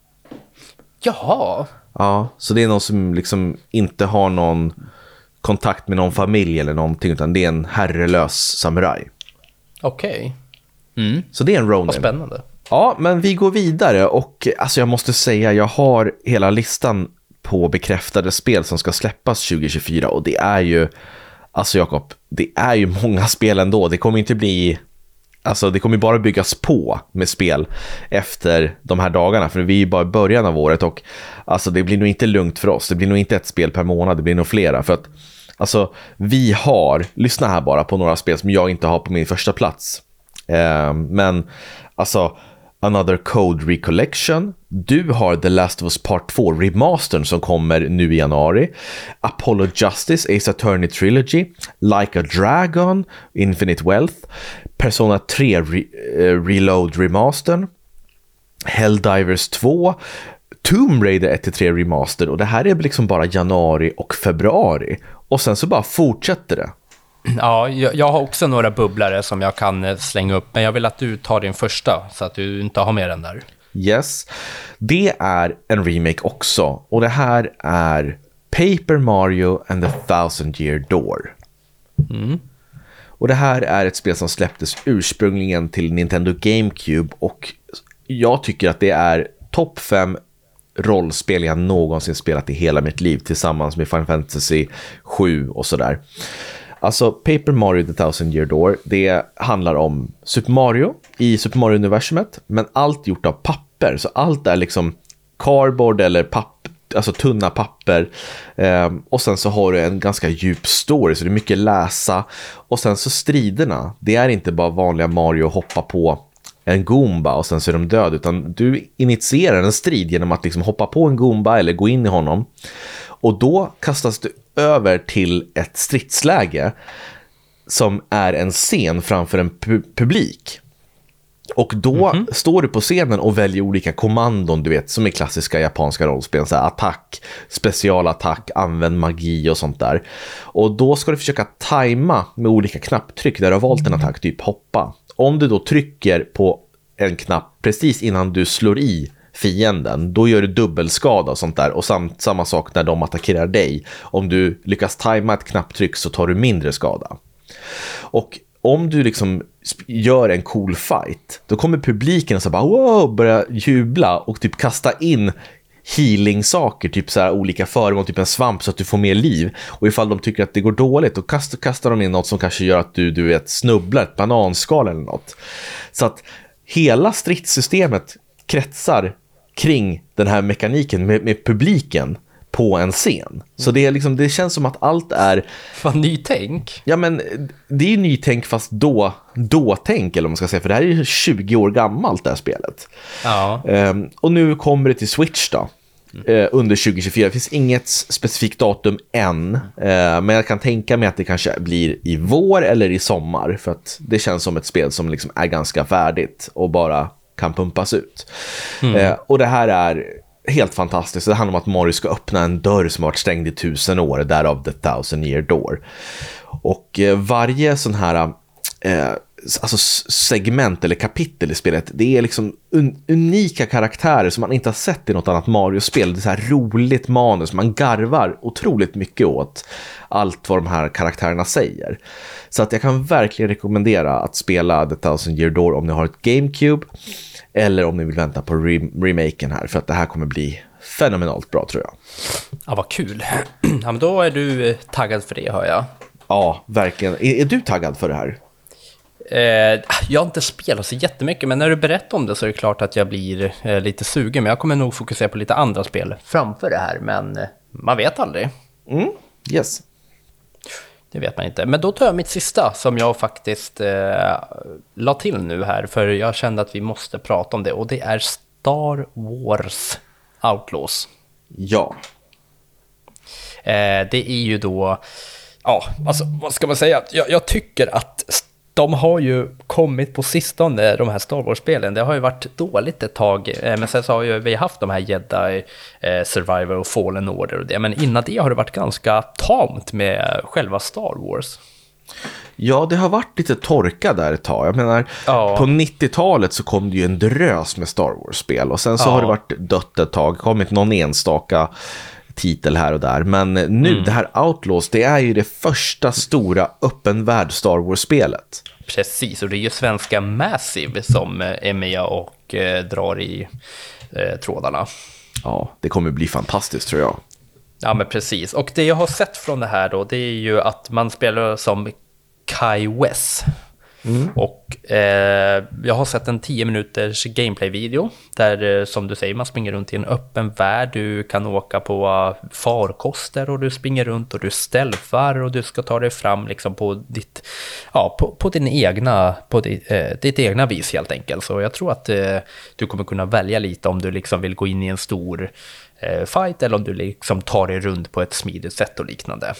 Jaha. Ja, så det är någon som liksom inte har någon kontakt med någon familj eller någonting, utan det är en herrelös samuraj. Okej. Så det är en Ronin. Vad spännande. Ja, men vi går vidare och alltså jag måste säga, jag har hela listan på bekräftade spel som ska släppas 2024 och det är ju, alltså Jakob, det är ju många spel ändå. Det kommer inte bli, alltså det kommer bara byggas på med spel efter de här dagarna, för vi är ju bara i början av året och alltså det blir nog inte lugnt för oss. Det blir nog inte ett spel per månad, det blir nog flera, för att alltså vi har, lyssna här bara på några spel som jag inte har på min första plats. Men alltså Another Code Recollection, du har The Last of Us Part 2 Remastern som kommer nu i januari, Apollo Justice, Ace Attorney Trilogy, Like a Dragon, Infinite Wealth, Persona 3 Reload Remastern, Helldivers 2, Tomb Raider 1-3 Remaster, och det här är liksom bara januari och februari och sen så bara fortsätter det. Ja, jag har också några bubblare som jag kan slänga upp, men jag vill att du tar din första så att du inte har med den där. Yes, det är en remake också, och det här är Paper Mario and the Thousand Year Door. Och det här är ett spel som släpptes ursprungligen till Nintendo GameCube, och jag tycker att det är topp 5 rollspel jag någonsin spelat i hela mitt liv, tillsammans med Final Fantasy 7 och sådär. Alltså Paper Mario The Thousand Year Door, det handlar om Super Mario i Super Mario-universumet, men allt gjort av papper, så allt är liksom cardboard eller alltså tunna papper, och sen så har du en ganska djup story, så det är mycket läsa, och sen så striderna, det är inte bara vanliga Mario hoppa på en Goomba och sen så är de död, utan du initierar en strid genom att liksom hoppa på en Goomba eller gå in i honom, och då kastas du över till ett stridsläge som är en scen framför en publik. Och då står du på scenen och väljer olika kommandon, du vet, som är klassiska japanska rollspel, så här attack, specialattack, använd magi och sånt där. Och då ska du försöka tajma med olika knapptryck där du har valt en attack, typ hoppa. Om du då trycker på en knapp precis innan du slår i fienden, då gör du dubbelskada och sånt där. Och samma sak när de attackerar dig. Om du lyckas tajma ett knapptryck så tar du mindre skada. Och om du liksom gör en cool fight, då kommer publiken och så bara wow, börja jubla och typ kasta in healing-saker, typ så här olika föremål, typ en svamp så att du får mer liv. Och ifall de tycker att det går dåligt, då kastar de in något som kanske gör att du vet, snubblar, ett bananskal eller något. Så att hela stridssystemet kretsar kring den här mekaniken med publiken på en scen. Så det är liksom, det känns som att allt är... Vad nytänk. Ja, men det är ju nytänk fast då-tänk, eller vad man ska säga. För det här är ju 20 år gammalt, det här spelet. Ja. Och nu kommer det till Switch då. Under 2024. Det finns inget specifikt datum än. Men jag kan tänka mig att det kanske blir i vår eller i sommar. För att det känns som ett spel som liksom är ganska färdigt och bara kan pumpas ut. Och det här är helt fantastiskt. Det handlar om att Mario ska öppna en dörr som har varit stängd i 1000 år, därav The Thousand Year Door. Och varje sån här alltså segment eller kapitel i spelet, det är liksom unika karaktärer som man inte har sett i något annat Mario-spel. Det är så här roligt manus, man garvar otroligt mycket åt allt vad de här karaktärerna säger. Så att jag kan verkligen rekommendera att spela The Thousand Year Door om ni har ett GameCube, eller om ni vill vänta på remaken här, för att det här kommer bli fenomenalt bra, tror jag. Ja, vad kul. Ja, men då är du taggad för det, hör jag. Ja, verkligen. Är du taggad för det här? Jag har inte spelat så jättemycket, men när du berättar om det så är det klart att jag blir lite sugen. Men jag kommer nog fokusera på lite andra spel framför det här, men man vet aldrig. Yes. Det vet man inte. Men då tar jag mitt sista som jag faktiskt la till nu här, för jag kände att vi måste prata om det, och det är Star Wars Outlaws. Ja. Det är ju då, ja, alltså vad ska man säga? Jag tycker att de har ju kommit på sistone, de här Star Wars-spelen. Det har ju varit dåligt ett tag, men sen så har ju vi haft de här Jedi, Survivor och Fallen Order och det. Men innan det har det varit ganska tamt med själva Star Wars. Ja, det har varit lite torka där ett tag. Jag menar, på 90-talet så kom det ju en drös med Star Wars-spel. Och sen så har det varit dött ett tag, kommit någon enstaka titel här och där. Men nu, det här Outlaws, det är ju det första stora öppen värld Star Wars-spelet. Precis, och det är ju svenska Massive som är med och drar i trådarna. Ja, det kommer bli fantastiskt, tror jag. Ja, men precis. Och det jag har sett från det här då, det är ju att man spelar som Kai Wess. Och jag har sett en 10 minuters gameplay-video där, som du säger, man springer runt i en öppen värld. Du kan åka på farkoster och du springer runt och du stealthar och du ska ta dig fram liksom på ditt, på din egna, på ditt egna vis helt enkelt. Så jag tror att du kommer kunna välja lite om du liksom vill gå in i en stor fight, eller om du liksom tar dig runt på ett smidigt sätt och liknande.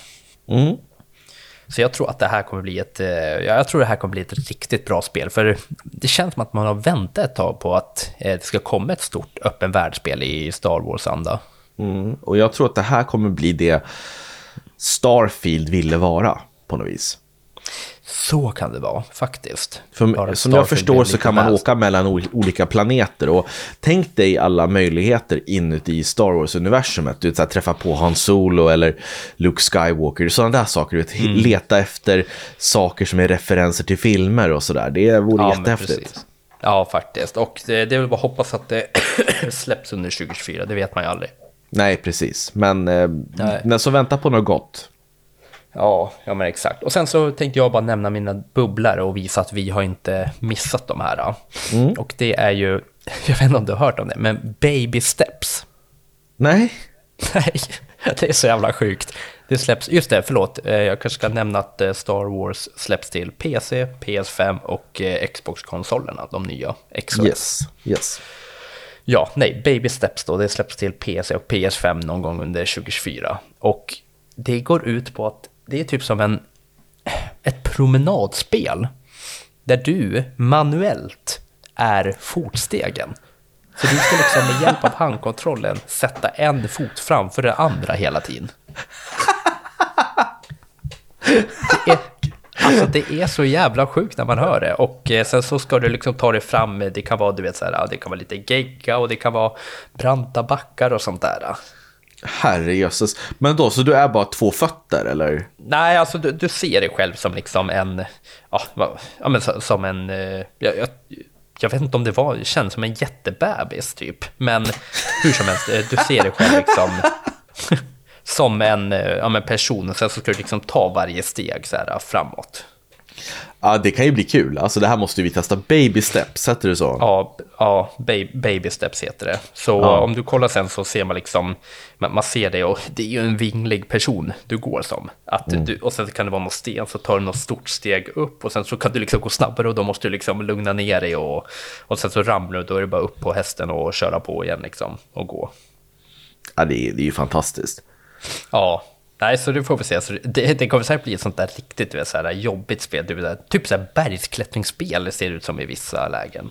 Så jag tror att det här kommer bli ett riktigt bra spel, för det känns som att man har väntat ett tag på att det ska komma ett stort öppen världsspel i Star Wars-anda. Och jag tror att det här kommer bli det Starfield ville vara på något vis. Så kan det vara, faktiskt. För, som jag förstår så kan man åka mellan olika planeter, och tänk dig alla möjligheter inuti Star Wars-universumet. Du vet, så här, träffa på Han Solo eller Luke Skywalker, sådana där saker. Du vet, leta efter saker som är referenser till filmer och sådär. Det vore jättehäftigt. Ja, faktiskt. Och det är väl bara hoppas att det släpps under 2024, det vet man ju aldrig. Nej, precis. Men när så vänta på något gott. Ja, men exakt. Och sen så tänkte jag bara nämna mina bubblare och visa att vi har inte missat de här. Och det är ju, jag vet inte om du har hört om det, men Baby Steps. Nej, det är så jävla sjukt. Det släpps, just det, förlåt. Jag kanske ska nämna att Star Wars släpps till PC, PS5 och Xbox-konsolerna, de nya XOS. Yes. Ja, nej, Baby Steps då, det släpps till PC och PS5 någon gång under 2024. Och det går ut på att det är typ som ett promenadspel där du manuellt är fotstegen. Så du ska liksom med hjälp av handkontrollen sätta en fot framför den andra hela tiden. Det är så jävla sjukt när man hör det. Och sen så ska du liksom ta dig fram. Det kan vara, du vet, så här, det kan vara lite gegga och det kan vara branta backar och sånt där. Herrejösses. Men då, så du är bara 2 fötter, eller? Nej, alltså du ser dig själv som liksom en... Ja, men som en... Jag vet inte om det känns som en jättebebis typ. Men hur som helst, du ser dig själv liksom... som en person, och sen så ska du liksom ta varje steg så här framåt. Ja, det kan ju bli kul. Alltså det här måste vi testa. Baby steps, heter det så? Ja, baby steps heter det. Så om du kollar sen så ser man liksom, man ser det, och det är ju en vinglig person du går som. Och sen kan det vara någon sten, så tar du något stort steg upp, och sen så kan du liksom gå snabbare, och då måste du liksom lugna ner dig, och sen så ramlar du, då är det bara upp på hästen och köra på igen liksom, och gå. Ja, det är ju fantastiskt. Ja, nej, så du får vi se. Så det kommer säkert bli ett sånt där riktigt, så här, jobbigt spel. Typ så här bergsklättringsspel ser det ut som i vissa lägen.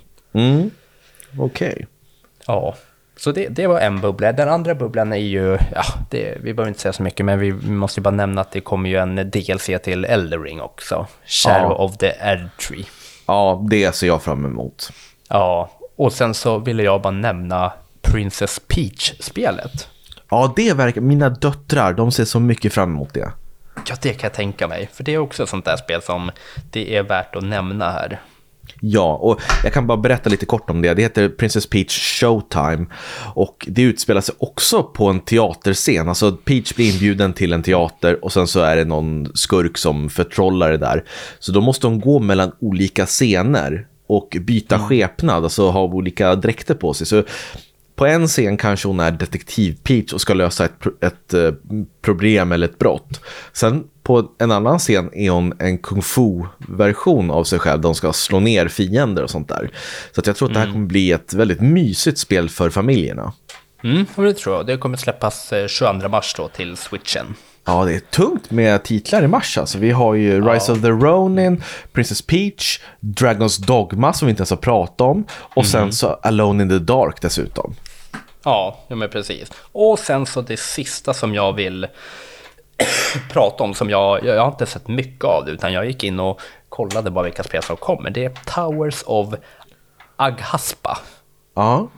Okej. Ja, så det var en bubbla. Den andra bubblan är ju, vi behöver inte säga så mycket, men vi måste ju bara nämna att det kommer ju en DLC till Elden Ring också. Shadow of the Erdtree. Ja, det ser jag fram emot. Ja, och sen så ville jag bara nämna Princess Peach-spelet. Ja, det verkar... Mina döttrar, de ser så mycket fram emot det. Ja, det kan jag tänka mig. För det är också ett sånt där spel som det är värt att nämna här. Ja, och jag kan bara berätta lite kort om det. Det heter Princess Peach Showtime. Och det utspelar sig också på en teaterscen. Alltså Peach blir inbjuden till en teater, och sen så är det någon skurk som förtrollar det där. Så då måste de gå mellan olika scener och byta skepnad, alltså ha olika dräkter på sig. Så på en scen kanske hon är detektiv Peach och ska lösa ett problem eller ett brott. Sen på en annan scen är hon en kung fu-version av sig själv. De ska slå ner fiender och sånt där. Så att jag tror att det här kommer bli ett väldigt mysigt spel för familjerna. Och det tror jag. Det kommer släppas 22 mars då till Switchen. Ja, det är tungt med titlar i mars. Alltså, vi har ju Rise of the Ronin, Princess Peach, Dragon's Dogma som vi inte ens har pratat om. Och sen så Alone in the Dark dessutom. Ja, men precis. Och sen så det sista som jag vill prata om, som jag har inte sett mycket av det, utan jag gick in och kollade bara vilka spel som kommer. Det är Towers of Aghaspa. Ja.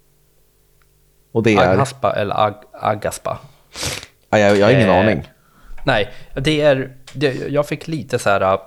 Och det är... Aghaspa eller Aghaspa. Ja, jag har ingen aning. Nej, jag fick lite så här...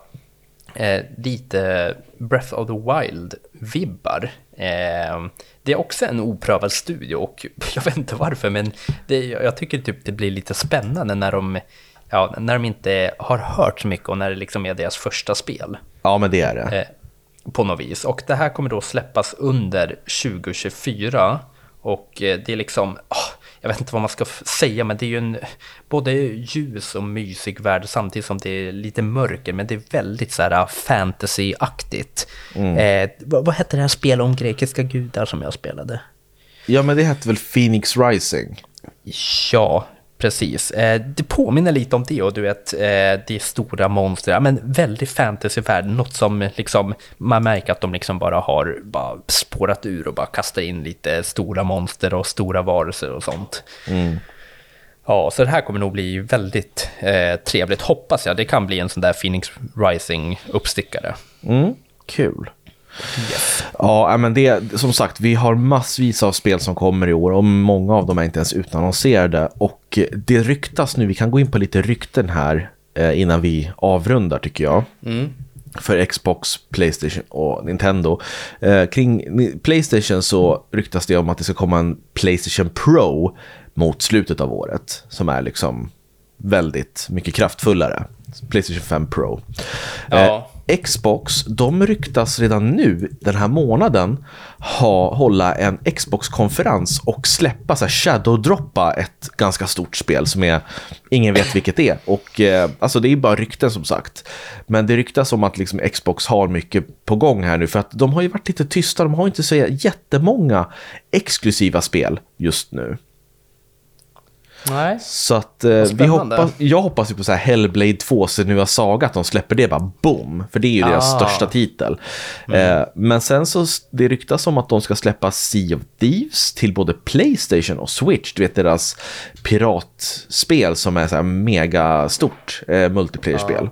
lite Breath of the Wild-vibbar. Det är också en oprövad studio, och jag vet inte varför, men jag tycker typ det blir lite spännande när de inte har hört så mycket, och när det liksom är deras första spel. Ja, men det är det. På något vis. Och det här kommer då släppas under 2024, och det är liksom... jag vet inte vad man ska säga, men det är ju en både ljus och mysig värld samtidigt som det är lite mörker, men det är väldigt så här fantasy-aktigt. Vad hette det här spelet om grekiska gudar som jag spelade? Ja, men det hette väl Phoenix Rising? Ja, precis. Det påminner lite om det, och du vet, det är stora monster, men väldigt fantasy-värld, något som liksom, man märker att de liksom bara spårat ur och bara kastar in lite stora monster och stora varelser och sånt. Ja, så det här kommer nog bli väldigt trevligt, hoppas jag. Det kan bli en sån där Phoenix Rising-uppstickare. Kul. Yes. Ja, men det, som sagt, vi har massvis av spel som kommer i år, och många av dem är inte ens utannonserade, och det ryktas nu, vi kan gå in på lite rykten här innan vi avrundar, tycker jag. För Xbox, PlayStation och Nintendo. Kring PlayStation så ryktas det om att det ska komma en PlayStation Pro mot slutet av året, som är liksom väldigt mycket kraftfullare. PlayStation 5 Pro. Ja. Xbox, de ryktas redan nu den här månaden hålla en Xbox-konferens och släppa så här, shadow-droppa ett ganska stort spel som ingen vet vilket det är. Och alltså det är bara rykten, som sagt. Men det ryktas om att liksom Xbox har mycket på gång här nu, för att de har ju varit lite tysta. De har inte så jättemånga exklusiva spel just nu. Nej. Så att spännande. jag hoppas ju på så här Hellblade 2 Senua Saga, att de släpper det bara boom, för det är ju deras största titel. Men sen så det ryktas om att de ska släppa Sea of Thieves till både PlayStation och Switch, du vet deras piratspel som är så här mega stort multiplayer-spel.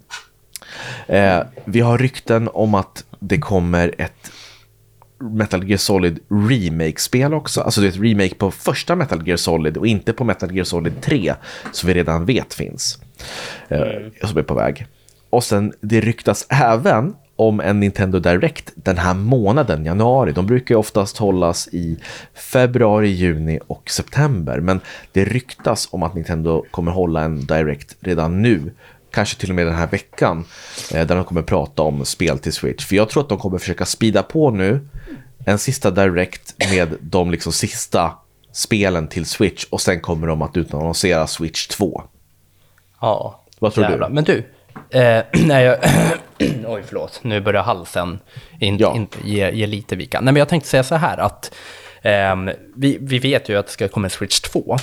Vi har rykten om att det kommer ett Metal Gear Solid remake-spel också. Alltså det är ett remake på första Metal Gear Solid och inte på Metal Gear Solid 3 som vi redan vet finns. Som är på väg. Och sen det ryktas även om en Nintendo Direct den här månaden, januari. De brukar ju oftast hållas i februari, juni och september. Men det ryktas om att Nintendo kommer hålla en Direct redan nu. Kanske till och med den här veckan. Där de kommer prata om spel till Switch. För jag tror att de kommer försöka speeda på nu en sista Direct med de liksom sista spelen till Switch. Och sen kommer de att utannonsera Switch 2. Ja. Vad tror du? Men du, nej, oj förlåt, nu börjar halsen inte ge lite vika. Nej, men jag tänkte säga så här att vi vet ju att det ska komma Switch 2.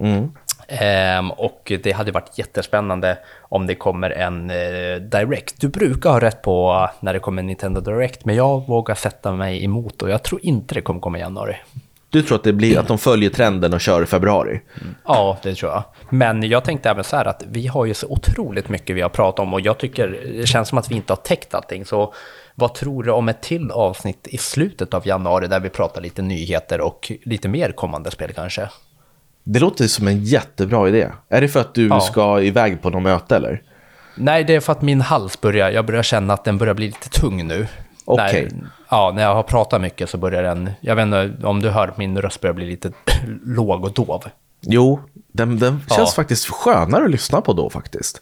Och det hade varit jättespännande om det kommer en Direct. Du brukar ha rätt på när det kommer en Nintendo Direct, men jag vågar sätta mig emot och jag tror inte det kommer komma i januari. Du tror att det blir att de följer trenden och kör i februari? Ja, det tror jag. Men jag tänkte även så här att vi har ju så otroligt mycket vi har pratat om och jag tycker det känns som att vi inte har täckt allting. Så vad tror du om ett till avsnitt i slutet av januari där vi pratar lite nyheter och lite mer kommande spel kanske? Det låter som en jättebra idé. Är det för att du ska iväg på något möte eller? Nej, det är för att min hals jag börjar känna att den börjar bli lite tung nu. Okej. När jag har pratat mycket så börjar den, jag vet inte om du hör min röst börjar bli lite låg och dov. Jo, den känns faktiskt skönare att lyssna på då faktiskt.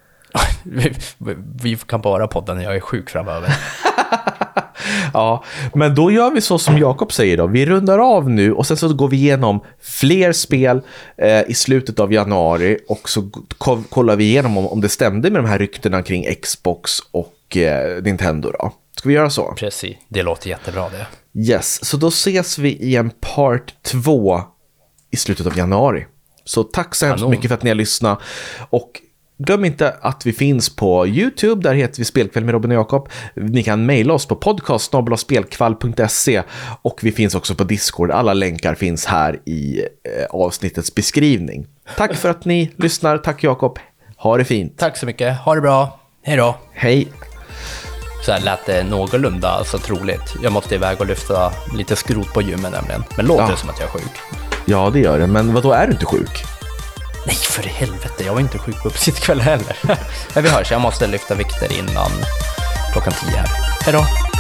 Vi kan bara podda när jag är sjuk framöver. Ja, men då gör vi så som Jakob säger då. Vi rundar av nu och sen så går vi igenom fler spel i slutet av januari och så kollar vi igenom om det stämde med de här ryktena kring Xbox och Nintendo då. Ska vi göra så? Precis, det låter jättebra det. Yes, så då ses vi i en part 2 i slutet av januari. Så tack så hemskt mycket för att ni har lyssnat och glöm inte att vi finns på YouTube, där heter vi Spelkväll med Robin och Jakob. Ni kan mejla oss på podcast@spelkvall.se och vi finns också på Discord. Alla länkar finns här i avsnittets beskrivning. Tack för att ni lyssnar. Tack Jakob. Ha det fint. Tack så mycket. Ha det bra. Hej då. Hej. Så här lät det någorlunda så troligt. Jag måste iväg och lyfta lite skrot på gymmen nämligen. Men låter det som att jag är sjuk? Ja, det gör det. Men vad då är du inte sjuk? Nej, för i helvete. Jag var inte sjuk på uppsittkväll heller. Men vi hörs. Jag måste lyfta vikter innan klockan 10 här. Hej då.